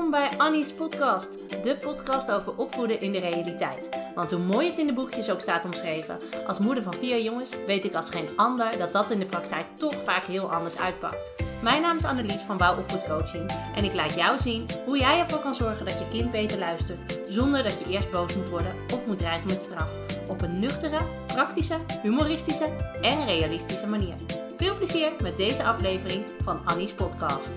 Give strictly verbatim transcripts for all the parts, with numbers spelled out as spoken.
Welkom bij Annie's podcast, de podcast over opvoeden in de realiteit. Want hoe mooi het in de boekjes ook staat omschreven, als moeder van vier jongens weet ik als geen ander dat dat in de praktijk toch vaak heel anders uitpakt. Mijn naam is Annelies van Wouw Opvoedcoaching en ik laat jou zien hoe jij ervoor kan zorgen dat je kind beter luistert, zonder dat je eerst boos moet worden of moet dreigen met straf. Op een nuchtere, praktische, humoristische en realistische manier. Veel plezier met deze aflevering van Annie's podcast.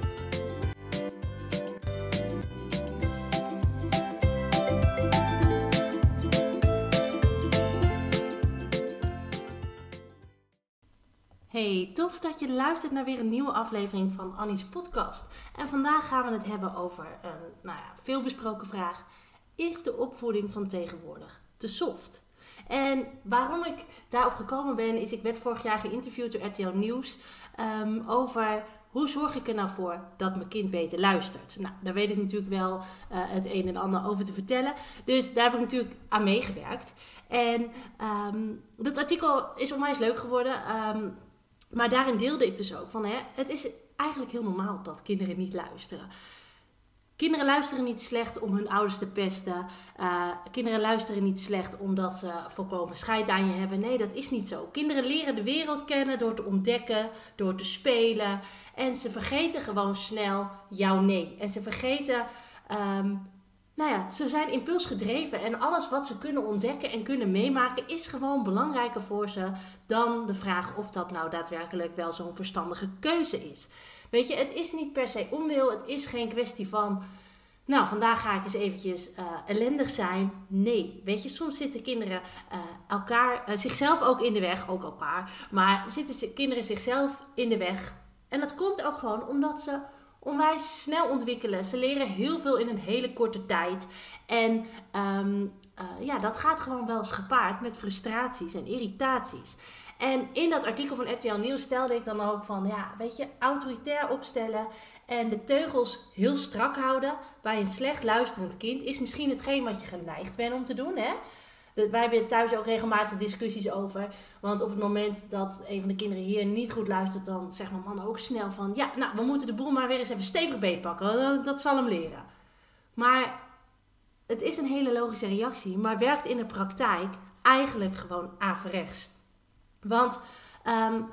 Hey, tof dat je luistert naar weer een nieuwe aflevering van Annie's podcast. En vandaag gaan we het hebben over een nou ja, veelbesproken vraag. Is de opvoeding van tegenwoordig te soft? En waarom ik daarop gekomen ben, is ik werd vorig jaar geïnterviewd door R T L Nieuws um, over hoe zorg ik er nou voor dat mijn kind beter luistert. Nou, daar weet ik natuurlijk wel uh, het een en ander over te vertellen. Dus daar heb ik natuurlijk aan meegewerkt. En um, dat artikel is onwijs leuk geworden. Um, maar daarin deelde ik dus ook van, hè, het is eigenlijk heel normaal dat kinderen niet luisteren. Kinderen luisteren niet slecht om hun ouders te pesten. Uh, kinderen luisteren niet slecht omdat ze volkomen scheid aan je hebben. Nee, dat is niet zo. Kinderen leren de wereld kennen door te ontdekken, door te spelen. En ze vergeten gewoon snel jouw nee. En ze vergeten, um, nou ja, ze zijn impulsgedreven. En alles wat ze kunnen ontdekken en kunnen meemaken is gewoon belangrijker voor ze dan de vraag of dat nou daadwerkelijk wel zo'n verstandige keuze is. Weet je, het is niet per se onwil. Het is geen kwestie van, nou, vandaag ga ik eens eventjes uh, ellendig zijn. Nee, weet je, soms zitten kinderen uh, elkaar, uh, zichzelf ook in de weg. Ook elkaar. Maar zitten ze, kinderen zichzelf in de weg. En dat komt ook gewoon omdat ze onwijs snel ontwikkelen. Ze leren heel veel in een hele korte tijd. En um, uh, ja, dat gaat gewoon wel eens gepaard met frustraties en irritaties. En in dat artikel van R T L Nieuws stelde ik dan ook van, ja, weet je, autoritair opstellen en de teugels heel strak houden bij een slecht luisterend kind is misschien hetgeen wat je geneigd bent om te doen, hè. Wij hebben thuis ook regelmatig discussies over, want op het moment dat een van de kinderen hier niet goed luistert, dan zegt mijn man ook snel van, ja, nou, we moeten de boel maar weer eens even stevig beetpakken, dat zal hem leren. Maar het is een hele logische reactie, maar werkt in de praktijk eigenlijk gewoon averechts. Want, um,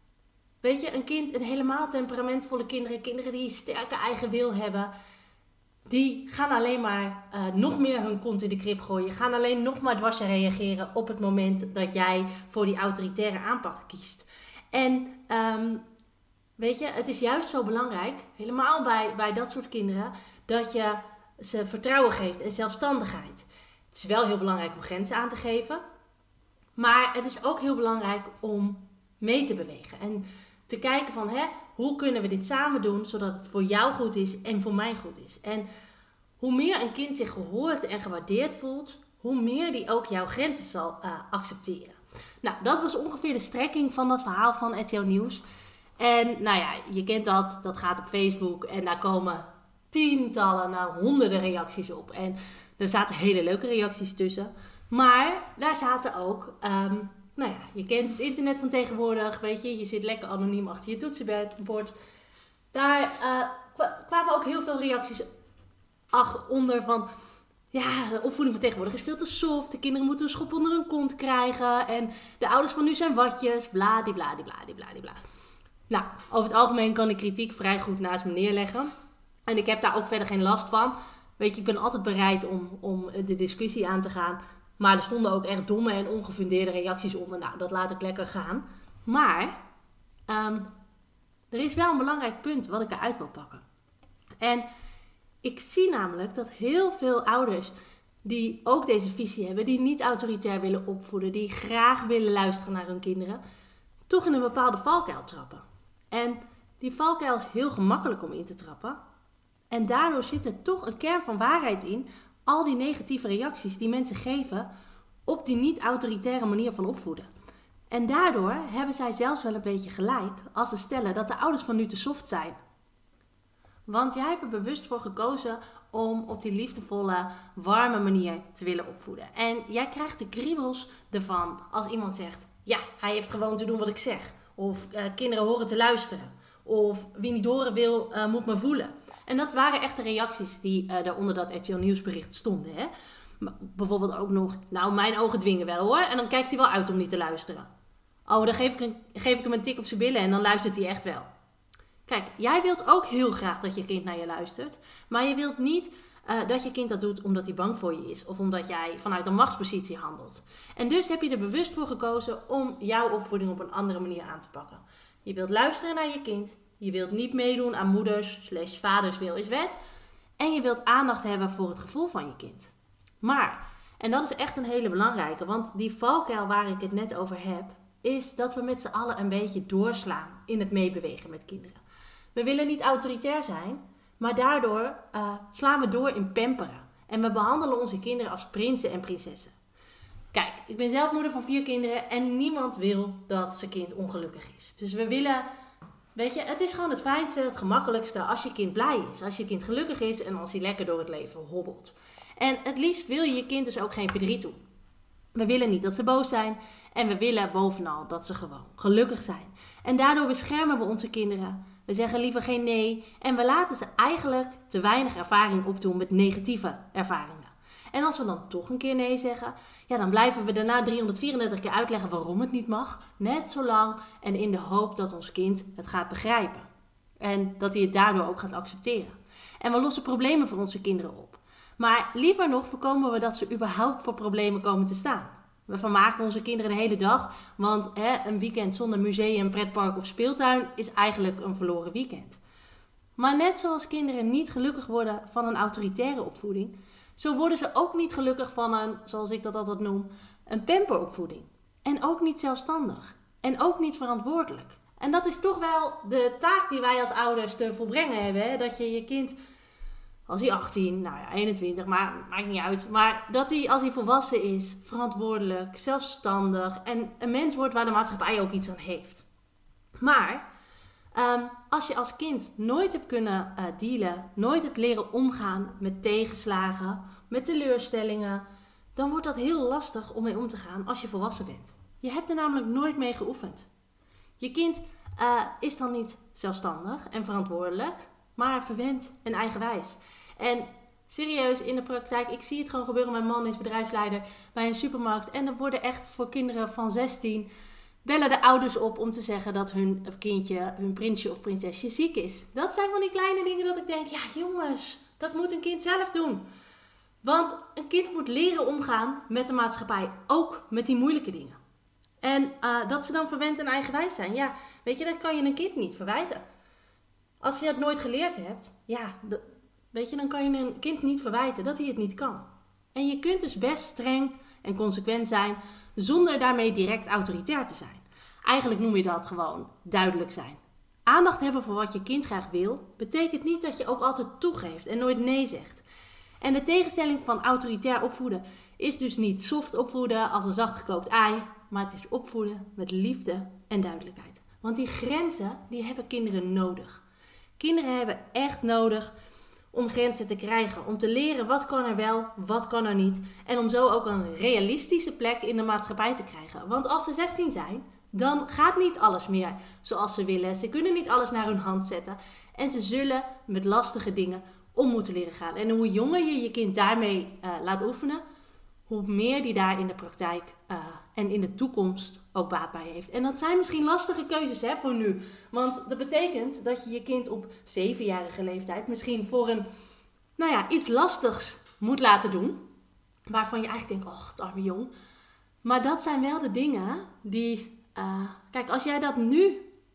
weet je, een kind, een helemaal temperamentvolle kinderen, kinderen die sterke eigen wil hebben, die gaan alleen maar uh, nog meer hun kont in de krib gooien. Gaan alleen nog maar dwars reageren op het moment dat jij voor die autoritaire aanpak kiest. En, um, weet je, het is juist zo belangrijk, helemaal bij, bij dat soort kinderen, dat je ze vertrouwen geeft en zelfstandigheid. Het is wel heel belangrijk om grenzen aan te geven. Maar het is ook heel belangrijk om mee te bewegen. En te kijken van, hè, hoe kunnen we dit samen doen zodat het voor jou goed is en voor mij goed is. En hoe meer een kind zich gehoord en gewaardeerd voelt, hoe meer die ook jouw grenzen zal uh, accepteren. Nou, dat was ongeveer de strekking van dat verhaal van R T L Nieuws. En nou ja, je kent dat, dat gaat op Facebook en daar komen tientallen, nou honderden reacties op. En er zaten hele leuke reacties tussen. Maar daar zaten ook, um, nou ja, je kent het internet van tegenwoordig, weet je, je zit lekker anoniem achter je toetsenbord. Daar uh, kwamen ook heel veel reacties ach, onder van, ja, de opvoeding van tegenwoordig is veel te soft, de kinderen moeten een schop onder hun kont krijgen en de ouders van nu zijn watjes, bladibladibladibladibla. Nou, over het algemeen kan ik kritiek vrij goed naast me neerleggen en ik heb daar ook verder geen last van. Weet je, ik ben altijd bereid om, om de discussie aan te gaan. Maar er stonden ook echt domme en ongefundeerde reacties onder. Nou, dat laat ik lekker gaan. Maar um, er is wel een belangrijk punt wat ik eruit wil pakken. En ik zie namelijk dat heel veel ouders die ook deze visie hebben, die niet autoritair willen opvoeden, die graag willen luisteren naar hun kinderen, toch in een bepaalde valkuil trappen. En die valkuil is heel gemakkelijk om in te trappen. En daardoor zit er toch een kern van waarheid in, al die negatieve reacties die mensen geven op die niet-autoritaire manier van opvoeden. En daardoor hebben zij zelfs wel een beetje gelijk als ze stellen dat de ouders van nu te soft zijn. Want jij hebt er bewust voor gekozen om op die liefdevolle, warme manier te willen opvoeden. En jij krijgt de kriebels ervan als iemand zegt, ja, hij heeft gewoon te doen wat ik zeg. Of uh, kinderen horen te luisteren. Of wie niet horen wil, uh, moet maar voelen. En dat waren echt de reacties die uh, daar onder dat R T L nieuwsbericht stonden. Hè? Bijvoorbeeld ook nog, nou mijn ogen dwingen wel hoor. En dan kijkt hij wel uit om niet te luisteren. Oh, dan geef ik, een, geef ik hem een tik op zijn billen en dan luistert hij echt wel. Kijk, jij wilt ook heel graag dat je kind naar je luistert. Maar je wilt niet uh, dat je kind dat doet omdat hij bang voor je is. Of omdat jij vanuit een machtspositie handelt. En dus heb je er bewust voor gekozen om jouw opvoeding op een andere manier aan te pakken. Je wilt luisteren naar je kind. Je wilt niet meedoen aan moeders slash vaders wil is wet. En je wilt aandacht hebben voor het gevoel van je kind. Maar, en dat is echt een hele belangrijke. Want die valkuil waar ik het net over heb, is dat we met z'n allen een beetje doorslaan in het meebewegen met kinderen. We willen niet autoritair zijn, maar daardoor uh, slaan we door in pamperen. En we behandelen onze kinderen als prinsen en prinsessen. Kijk, ik ben zelf moeder van vier kinderen en niemand wil dat zijn kind ongelukkig is. Dus we willen, weet je, het is gewoon het fijnste, het gemakkelijkste als je kind blij is. Als je kind gelukkig is en als hij lekker door het leven hobbelt. En het liefst wil je je kind dus ook geen verdriet doen. We willen niet dat ze boos zijn en we willen bovenal dat ze gewoon gelukkig zijn. En daardoor beschermen we onze kinderen. We zeggen liever geen nee en we laten ze eigenlijk te weinig ervaring opdoen met negatieve ervaringen. En als we dan toch een keer nee zeggen, ja, dan blijven we daarna driehonderdvierendertig keer uitleggen waarom het niet mag. Net zo lang en in de hoop dat ons kind het gaat begrijpen. En dat hij het daardoor ook gaat accepteren. En we lossen problemen voor onze kinderen op. Maar liever nog voorkomen we dat ze überhaupt voor problemen komen te staan. We vermaken onze kinderen de hele dag, want hè, een weekend zonder museum, pretpark of speeltuin is eigenlijk een verloren weekend. Maar net zoals kinderen niet gelukkig worden van een autoritaire opvoeding, zo worden ze ook niet gelukkig van een, zoals ik dat altijd noem, een pamperopvoeding. En ook niet zelfstandig. En ook niet verantwoordelijk. En dat is toch wel de taak die wij als ouders te volbrengen hebben. Hè? Dat je je kind, als hij achttien, nou ja, eenentwintig, maar maakt niet uit. Maar dat hij, als hij volwassen is, verantwoordelijk, zelfstandig en een mens wordt waar de maatschappij ook iets aan heeft. Maar um, als je als kind nooit hebt kunnen uh, dealen, nooit hebt leren omgaan met tegenslagen, met teleurstellingen, dan wordt dat heel lastig om mee om te gaan als je volwassen bent. Je hebt er namelijk nooit mee geoefend. Je kind uh, is dan niet zelfstandig en verantwoordelijk, maar verwend en eigenwijs. En serieus, in de praktijk, ik zie het gewoon gebeuren. Mijn man is bedrijfsleider bij een supermarkt. En er worden echt voor kinderen van zestien... bellen de ouders op om te zeggen dat hun kindje, hun prinsje of prinsesje ziek is. Dat zijn van die kleine dingen dat ik denk, ja jongens, dat moet een kind zelf doen. Want een kind moet leren omgaan met de maatschappij, ook met die moeilijke dingen. En uh, dat ze dan verwend en eigenwijs zijn, ja, weet je, dat kan je een kind niet verwijten. Als je het nooit geleerd hebt, ja, dat, weet je, dan kan je een kind niet verwijten dat hij het niet kan. En je kunt dus best streng en consequent zijn zonder daarmee direct autoritair te zijn. Eigenlijk noem je dat gewoon duidelijk zijn. Aandacht hebben voor wat je kind graag wil, betekent niet dat je ook altijd toegeeft en nooit nee zegt. En de tegenstelling van autoritair opvoeden is dus niet soft opvoeden als een zachtgekookt ei, maar het is opvoeden met liefde en duidelijkheid. Want die grenzen, die hebben kinderen nodig. Kinderen hebben echt nodig om grenzen te krijgen. Om te leren wat kan er wel, wat kan er niet. En om zo ook een realistische plek in de maatschappij te krijgen. Want als ze zestien zijn, dan gaat niet alles meer zoals ze willen. Ze kunnen niet alles naar hun hand zetten. En ze zullen met lastige dingen om moeten leren gaan. En hoe jonger je je kind daarmee uh, laat oefenen, hoe meer die daar in de praktijk uh, en in de toekomst ook baat bij heeft. En dat zijn misschien lastige keuzes hè, voor nu. Want dat betekent dat je je kind op zevenjarige leeftijd misschien voor een, nou ja, iets lastigs moet laten doen. Waarvan je eigenlijk denkt, och, arme jong. Maar dat zijn wel de dingen die, uh, kijk, als jij dat nu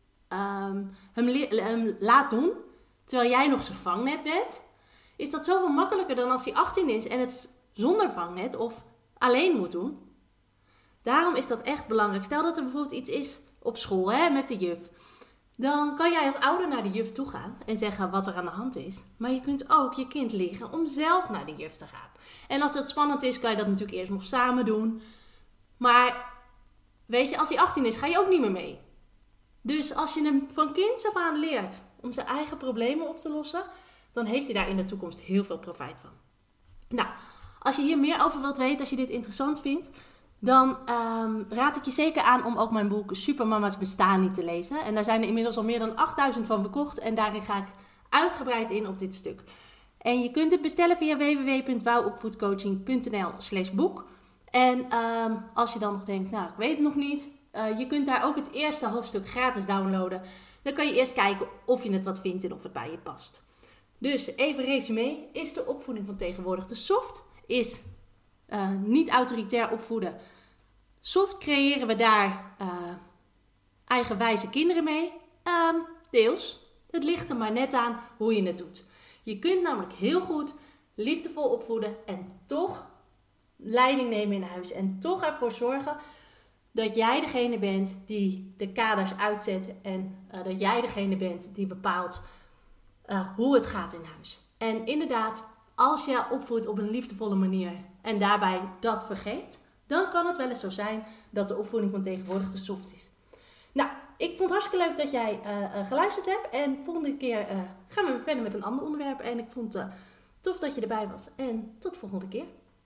um, hem, le- hem laat doen, terwijl jij nog zijn vangnet bent, is dat zoveel makkelijker dan als hij achttien is en het zonder vangnet of alleen moet doen. Daarom is dat echt belangrijk. Stel dat er bijvoorbeeld iets is op school hè, met de juf. Dan kan jij als ouder naar de juf toe gaan en zeggen wat er aan de hand is. Maar je kunt ook je kind leren om zelf naar de juf te gaan. En als dat spannend is, kan je dat natuurlijk eerst nog samen doen. Maar weet je, als hij achttien is, ga je ook niet meer mee. Dus als je hem van kinds af aan leert om zijn eigen problemen op te lossen, dan heeft hij daar in de toekomst heel veel profijt van. Nou, als je hier meer over wilt weten, als je dit interessant vindt, dan um, raad ik je zeker aan om ook mijn boek Supermama's bestaan niet te lezen. En daar zijn er inmiddels al meer dan achtduizend van verkocht. En daarin ga ik uitgebreid in op dit stuk. En je kunt het bestellen via w w w punt wouwopvoedcoaching punt n l slash boek. En um, als je dan nog denkt, nou ik weet het nog niet. Uh, je kunt daar ook het eerste hoofdstuk gratis downloaden. Dan kan je eerst kijken of je het wat vindt en of het bij je past. Dus even resume. Is de opvoeding van tegenwoordig te soft? Is uh, niet autoritair opvoeden. Soft creëren we daar uh, eigenwijze kinderen mee? Um, deels. Het ligt er maar net aan hoe je het doet. Je kunt namelijk heel goed liefdevol opvoeden en toch leiding nemen in huis. En toch ervoor zorgen dat jij degene bent die de kaders uitzet. En uh, dat jij degene bent die bepaalt uh, hoe het gaat in huis. En inderdaad, als je opvoedt op een liefdevolle manier en daarbij dat vergeet, dan kan het wel eens zo zijn dat de opvoeding van tegenwoordig te soft is. Nou, ik vond het hartstikke leuk dat jij uh, uh, geluisterd hebt. En volgende keer uh, gaan we weer verder met een ander onderwerp. En ik vond het uh, tof dat je erbij was. En tot de volgende keer.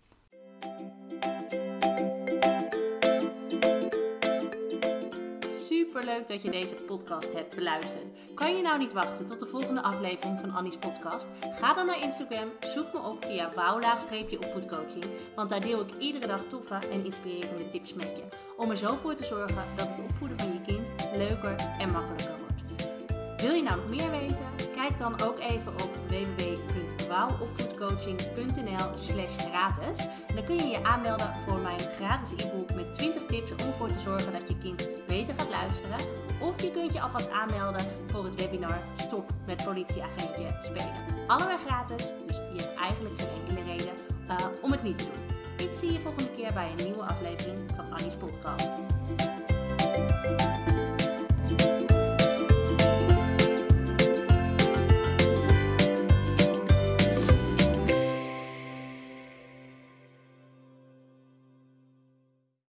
Superleuk dat je deze podcast hebt beluisterd. Kan je nou niet wachten tot de volgende aflevering van Annie's podcast? Ga dan naar Instagram, zoek me op via wouw-opvoedcoaching. Want daar deel ik iedere dag toffe en inspirerende tips met je. Om er zo voor te zorgen dat het opvoeden van je kind leuker en makkelijker wordt. Wil je nou nog meer weten? Kijk dan ook even op w w w punt wouwopvoedcoaching punt n l slash gratis. En dan kun je je aanmelden voor mijn gratis e-book met twintig tips om ervoor te zorgen dat je kind beter gaat luisteren. Of je kunt je alvast aanmelden voor het webinar Stop met politieagentje spelen. Allebei gratis, dus je hebt eigenlijk geen enkele reden uh, om het niet te doen. Ik zie je volgende keer bij een nieuwe aflevering van Annie's podcast.